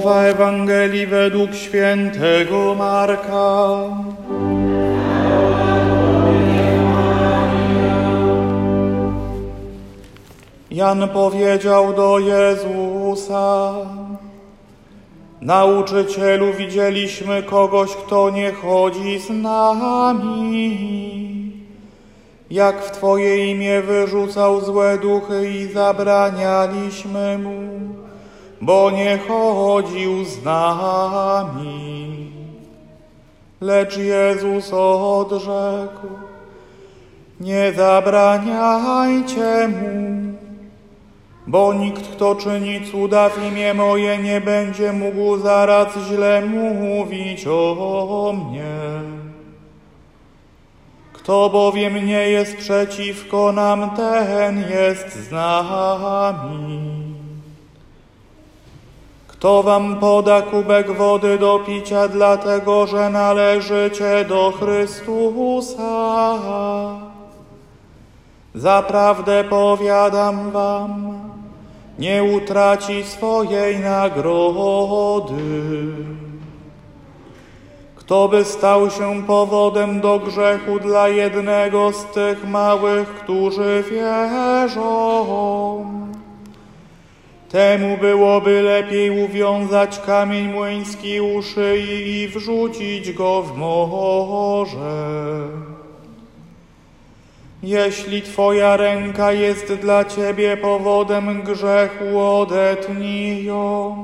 Słowa Ewangelii według świętego Marka. Jan powiedział do Jezusa: Nauczycielu, widzieliśmy kogoś, kto nie chodzi z nami. Jak w Twoje imię wyrzucał złe duchy i zabranialiśmy mu, bo nie chodził z nami. Lecz Jezus odrzekł: Nie zabraniajcie mu, bo nikt, kto czyni cuda w imię moje, nie będzie mógł zaraz źle mówić o mnie. Kto bowiem nie jest przeciwko nam, ten jest z nami. Kto wam poda kubek wody do picia, dlatego że należycie do Chrystusa? Zaprawdę powiadam wam, nie utraci swojej nagrody. Kto by stał się powodem do grzechu dla jednego z tych małych, którzy wierzą, temu byłoby lepiej uwiązać kamień młyński u szyi i wrzucić go w morze. Jeśli Twoja ręka jest dla Ciebie powodem grzechu, odetnij ją.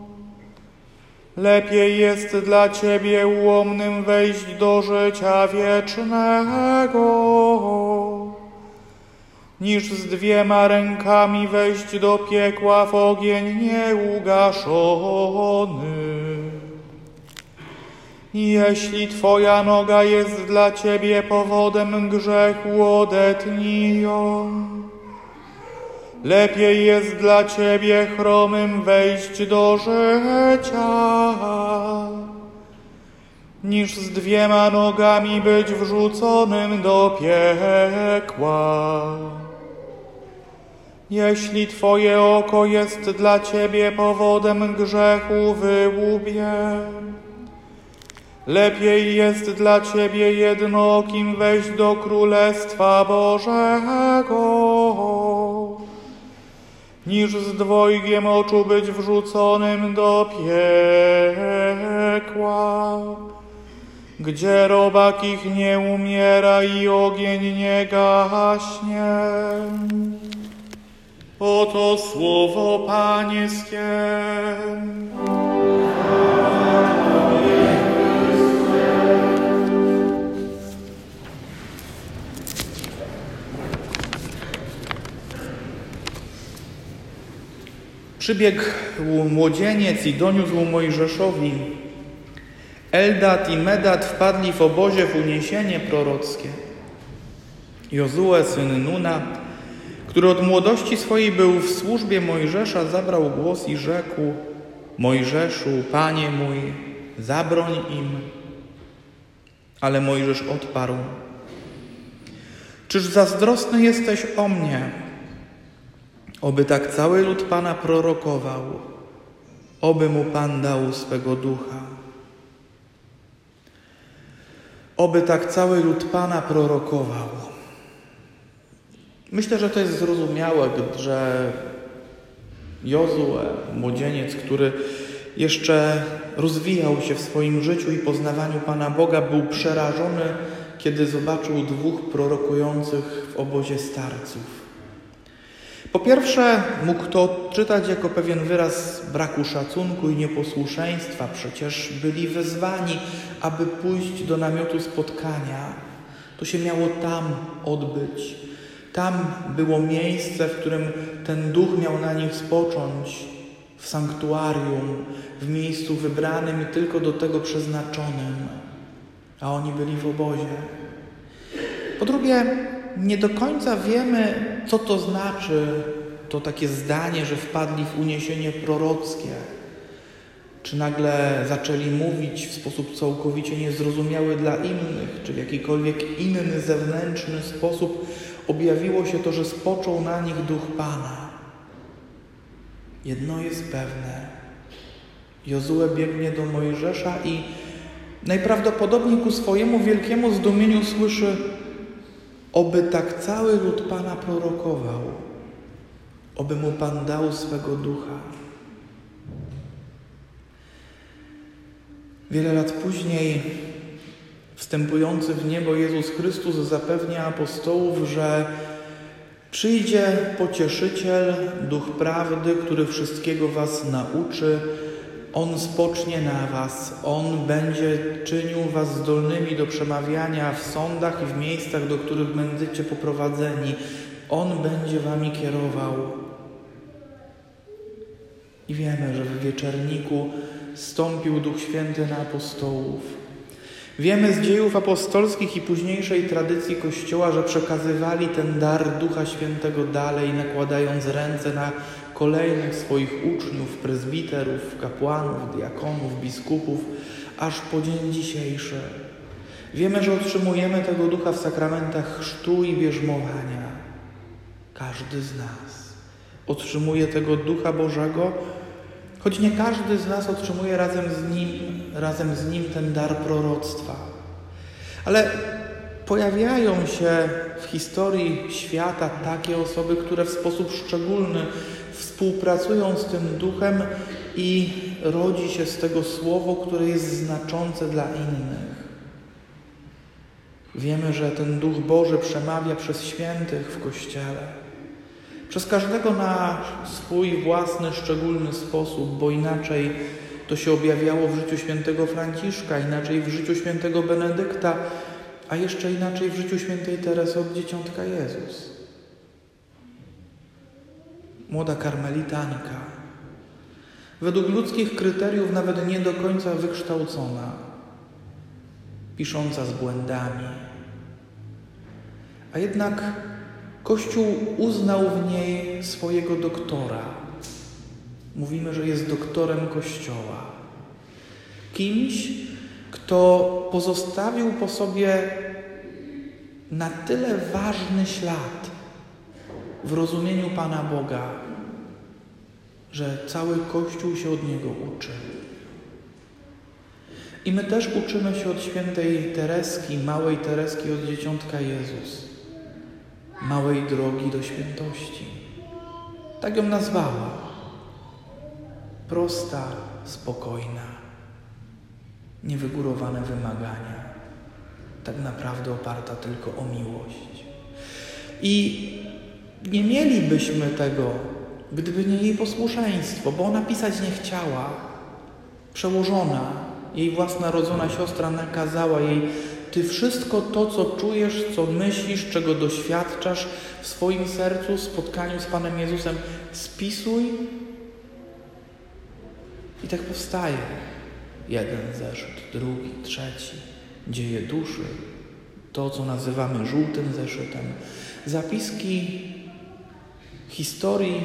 Lepiej jest dla Ciebie ułomnym wejść do życia wiecznego, niż z 2 rękami wejść do piekła w ogień nieugaszony. Jeśli Twoja noga jest dla Ciebie powodem grzechu, odetnij ją. Lepiej jest dla Ciebie chromym wejść do życia, niż z 2 nogami być wrzuconym do piekła. Jeśli Twoje oko jest dla Ciebie powodem grzechu, wyłup je. Lepiej jest dla Ciebie jednookim wejść do Królestwa Bożego, niż z 2 oczu być wrzuconym do piekła, gdzie robak ich nie umiera i ogień nie gaśnie. Oto słowo Pańskie. Przybiegł młodzieniec i doniósł Mojżeszowi: Eldad i Medad wpadli w obozie w uniesienie prorockie. Jozue, syn Nuna, który od młodości swojej był w służbie Mojżesza, zabrał głos i rzekł: Mojżeszu, Panie mój, zabroń im. Ale Mojżesz odparł: Czyż zazdrosny jesteś o mnie? Oby tak cały lud Pana prorokował, oby mu Pan dał swego ducha. Oby tak cały lud Pana prorokował. Myślę, że to jest zrozumiałe, że Jozue, młodzieniec, który jeszcze rozwijał się w swoim życiu i poznawaniu Pana Boga, był przerażony, kiedy zobaczył 2 prorokujących w obozie starców. Po pierwsze, mógł to odczytać jako pewien wyraz braku szacunku i nieposłuszeństwa. Przecież byli wezwani, aby pójść do namiotu spotkania. To się miało tam odbyć. Tam było miejsce, w którym ten duch miał na nich spocząć, w sanktuarium, w miejscu wybranym i tylko do tego przeznaczonym. A oni byli w obozie. Po drugie, nie do końca wiemy, co to znaczy to takie zdanie, że wpadli w uniesienie prorockie. Czy nagle zaczęli mówić w sposób całkowicie niezrozumiały dla innych, czy w jakikolwiek inny, zewnętrzny sposób objawiło się to, że spoczął na nich Duch Pana. Jedno jest pewne. Jozue biegnie do Mojżesza i najprawdopodobniej ku swojemu wielkiemu zdumieniu słyszy: oby tak cały lud Pana prorokował, oby mu Pan dał swego ducha. Wiele lat później wstępujący w niebo Jezus Chrystus zapewnia apostołów, że przyjdzie Pocieszyciel, Duch Prawdy, który wszystkiego was nauczy. On spocznie na was. On będzie czynił was zdolnymi do przemawiania w sądach i w miejscach, do których będziecie poprowadzeni. On będzie wami kierował. I wiemy, że w wieczerniku zstąpił Duch Święty na apostołów. Wiemy z dziejów apostolskich i późniejszej tradycji Kościoła, że przekazywali ten dar Ducha Świętego dalej, nakładając ręce na kolejnych swoich uczniów, prezbiterów, kapłanów, diakonów, biskupów, aż po dzień dzisiejszy. Wiemy, że otrzymujemy tego Ducha w sakramentach chrztu i bierzmowania. Każdy z nas otrzymuje tego Ducha Bożego, choć nie każdy z nas otrzymuje razem z Nim ten dar proroctwa. Ale pojawiają się w historii świata takie osoby, które w sposób szczególny współpracują z tym Duchem i rodzi się z tego słowo, które jest znaczące dla innych. Wiemy, że ten Duch Boży przemawia przez świętych w Kościele. Przez każdego na swój własny, szczególny sposób, bo inaczej to się objawiało w życiu świętego Franciszka, inaczej w życiu świętego Benedykta, a jeszcze inaczej w życiu świętej Teresy od Dzieciątka Jezus. Młoda karmelitanka, według ludzkich kryteriów nawet nie do końca wykształcona, pisząca z błędami, a jednak Kościół uznał w niej swojego doktora. Mówimy, że jest doktorem Kościoła. Kimś, kto pozostawił po sobie na tyle ważny ślad w rozumieniu Pana Boga, że cały Kościół się od niego uczy. I my też uczymy się od świętej Tereski, małej Tereski od Dzieciątka Jezus. Małej drogi do świętości. Tak ją nazwała. Prosta, spokojna, niewygórowane wymagania. Tak naprawdę oparta tylko o miłość. I nie mielibyśmy tego, gdyby nie jej posłuszeństwo, bo ona pisać nie chciała. Przełożona, jej własna rodzona siostra nakazała jej: ty wszystko to, co czujesz, co myślisz, czego doświadczasz w swoim sercu, w spotkaniu z Panem Jezusem, spisuj. I tak powstaje jeden zeszyt, drugi, trzeci. Dzieje duszy, to, co nazywamy żółtym zeszytem. Zapiski historii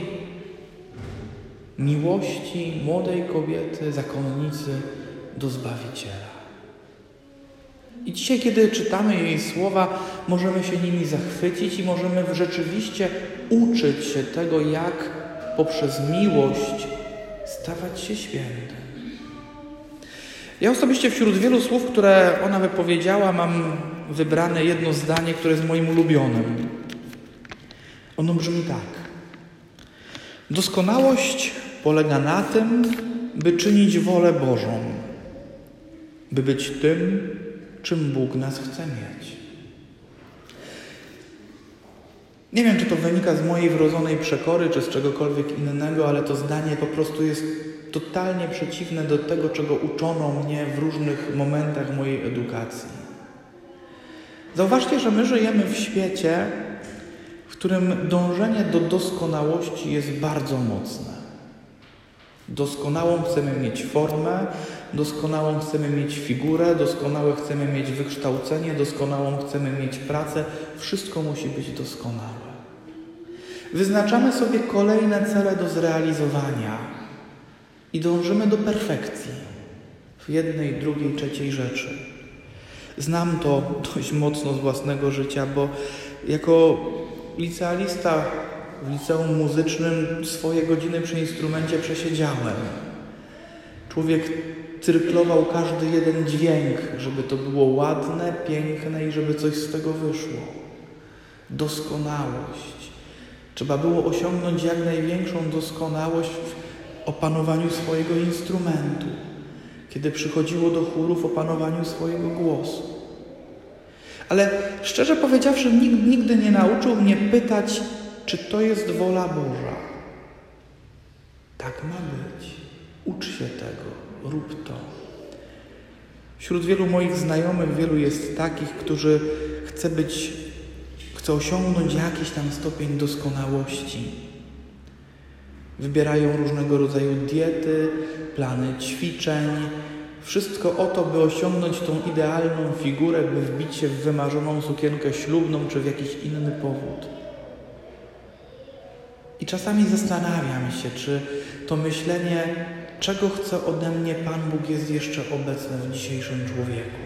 miłości młodej kobiety, zakonnicy do Zbawiciela. I dzisiaj, kiedy czytamy jej słowa, możemy się nimi zachwycić i możemy rzeczywiście uczyć się tego, jak poprzez miłość stawać się świętym. Ja osobiście wśród wielu słów, które ona wypowiedziała, mam wybrane jedno zdanie, które jest moim ulubionym. Ono brzmi tak. Doskonałość polega na tym, by czynić wolę Bożą, by być tym, czym Bóg nas chce mieć. Nie wiem, czy to wynika z mojej wrodzonej przekory, czy z czegokolwiek innego, ale to zdanie po prostu jest totalnie przeciwne do tego, czego uczono mnie w różnych momentach mojej edukacji. Zauważcie, że my żyjemy w świecie, w którym dążenie do doskonałości jest bardzo mocne. Doskonałą chcemy mieć formę, doskonałą chcemy mieć figurę, doskonałe chcemy mieć wykształcenie, doskonałą chcemy mieć pracę. Wszystko musi być doskonałe. Wyznaczamy sobie kolejne cele do zrealizowania i dążymy do perfekcji w jednej, drugiej, trzeciej rzeczy. Znam to dość mocno z własnego życia, bo jako licealista w liceum muzycznym swoje godziny przy instrumencie przesiedziałem. Człowiek cyrklował każdy jeden dźwięk, żeby to było ładne, piękne i żeby coś z tego wyszło. Doskonałość. Trzeba było osiągnąć jak największą doskonałość w opanowaniu swojego instrumentu. Kiedy przychodziło do chóru, w opanowaniu swojego głosu. Ale szczerze powiedziawszy, nikt nigdy nie nauczył mnie pytać, czy to jest wola Boża. Tak ma być. Ucz się tego. Rób to. Wśród wielu moich znajomych, wielu jest takich, którzy chcą osiągnąć jakiś tam stopień doskonałości. Wybierają różnego rodzaju diety, plany ćwiczeń. Wszystko o to, by osiągnąć tą idealną figurę, by wbić się w wymarzoną sukienkę ślubną czy w jakiś inny powód. I czasami zastanawiam się, czy to myślenie, czego chce ode mnie Pan Bóg, jest jeszcze obecne w dzisiejszym człowieku.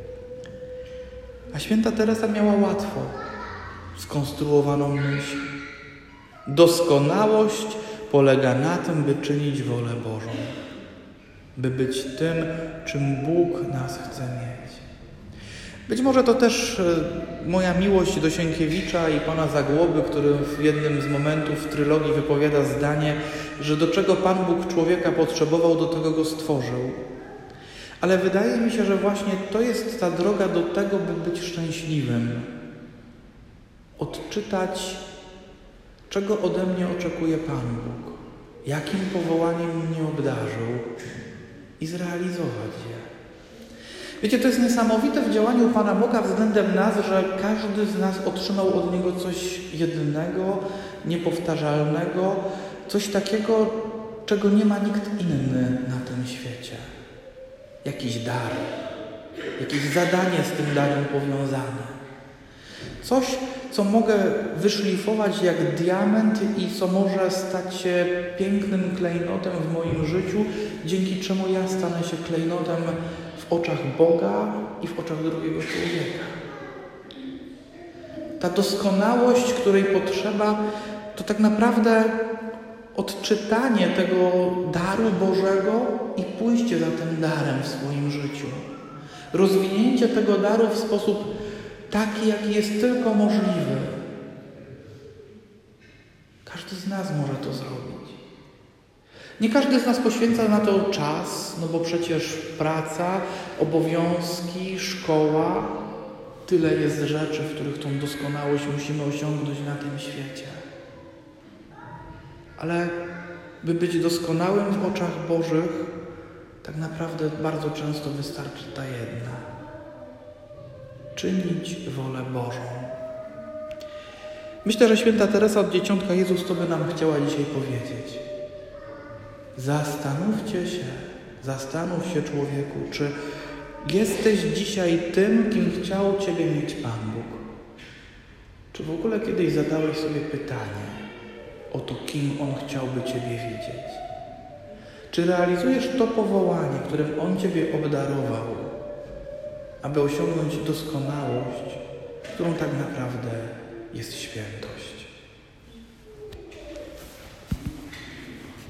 A święta Teresa miała łatwo skonstruowaną myśl. Doskonałość polega na tym, by czynić wolę Bożą. By być tym, czym Bóg nas chce mieć. Być może to też moja miłość do Sienkiewicza i pana Zagłoby, który w jednym z momentów w trylogii wypowiada zdanie, że do czego Pan Bóg człowieka potrzebował, do tego go stworzył. Ale wydaje mi się, że właśnie to jest ta droga do tego, by być szczęśliwym. Odczytać, czego ode mnie oczekuje Pan Bóg, jakim powołaniem mnie obdarzył i zrealizować je. Wiecie, to jest niesamowite w działaniu Pana Boga względem nas, że każdy z nas otrzymał od Niego coś jednego, niepowtarzalnego, coś takiego, czego nie ma nikt inny na tym świecie. Jakiś dar, jakieś zadanie z tym darem powiązane. Coś, co mogę wyszlifować jak diament i co może stać się pięknym klejnotem w moim życiu, dzięki czemu ja stanę się klejnotem w oczach Boga i w oczach drugiego człowieka. Ta doskonałość, której potrzeba, to tak naprawdę odczytanie tego daru Bożego i pójście za tym darem w swoim życiu. Rozwinięcie tego daru w sposób taki, jaki jest tylko możliwy. Każdy z nas może to zrobić. Nie każdy z nas poświęca na to czas, no bo przecież praca, obowiązki, szkoła, tyle jest rzeczy, w których tą doskonałość musimy osiągnąć na tym świecie. Ale by być doskonałym w oczach Bożych, tak naprawdę bardzo często wystarczy ta jedna. Czynić wolę Bożą. Myślę, że święta Teresa od Dzieciątka Jezus to by nam chciała dzisiaj powiedzieć. Zastanów się człowieku, czy jesteś dzisiaj tym, kim chciał Ciebie mieć Pan Bóg? Czy w ogóle kiedyś zadałeś sobie pytanie o to, kim On chciałby Ciebie widzieć? Czy realizujesz to powołanie, którym On Ciebie obdarował, aby osiągnąć doskonałość, którą tak naprawdę jest świętość?